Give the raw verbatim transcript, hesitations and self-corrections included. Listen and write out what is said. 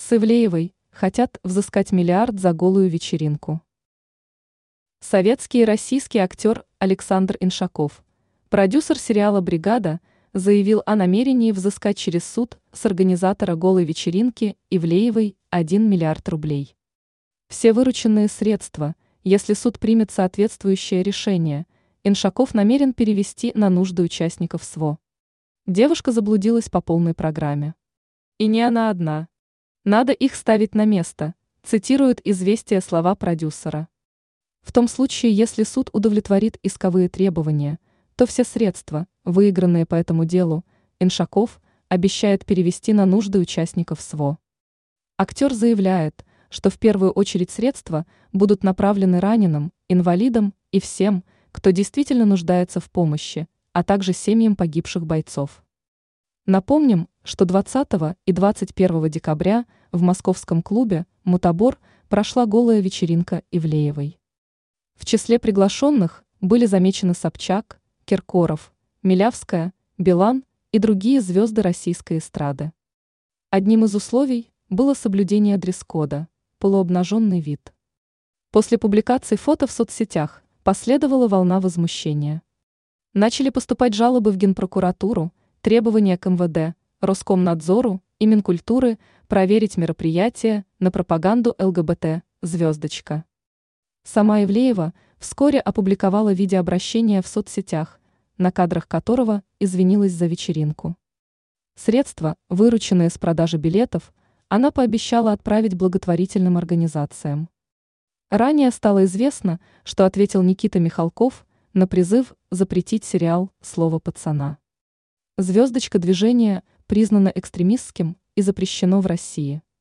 С Ивлеевой хотят взыскать миллиард за голую вечеринку. Советский и российский актер Александр Иншаков, продюсер сериала «Бригада», заявил о намерении взыскать через суд с организатора голой вечеринки Ивлеевой один миллиард рублей. Все вырученные средства, если суд примет соответствующее решение, Иншаков намерен перевести на нужды участников СВО. Девушка заблудилась по полной программе. И не она одна. Надо их ставить на место, цитирует «Известия» слова продюсера. В том случае, если суд удовлетворит исковые требования, то все средства, выигранные по этому делу, Иншаков обещает перевести на нужды участников СВО. Актер заявляет, что в первую очередь средства будут направлены раненым, инвалидам и всем, кто действительно нуждается в помощи, а также семьям погибших бойцов. Напомним, что двадцатого и двадцать первого декабря в московском клубе «Мутабор» прошла голая вечеринка Ивлеевой. В числе приглашенных были замечены Собчак, Киркоров, Милявская, Билан и другие звезды российской эстрады. Одним из условий было соблюдение дресс-кода – полуобнаженный вид. После публикации фото в соцсетях последовала волна возмущения. Начали поступать жалобы в Генпрокуратуру, требования к эм вэ дэ, Роскомнадзору и Минкультуры проверить мероприятия на пропаганду эл гэ бэ тэ, звездочка. Сама Ивлеева вскоре опубликовала видеообращение в соцсетях, на кадрах которого извинилась за вечеринку. Средства, вырученные с продажи билетов, она пообещала отправить благотворительным организациям. Ранее стало известно, что ответил Никита Михалков на призыв запретить сериал «Слово пацана». Звездочка движения признано экстремистским и запрещено в России.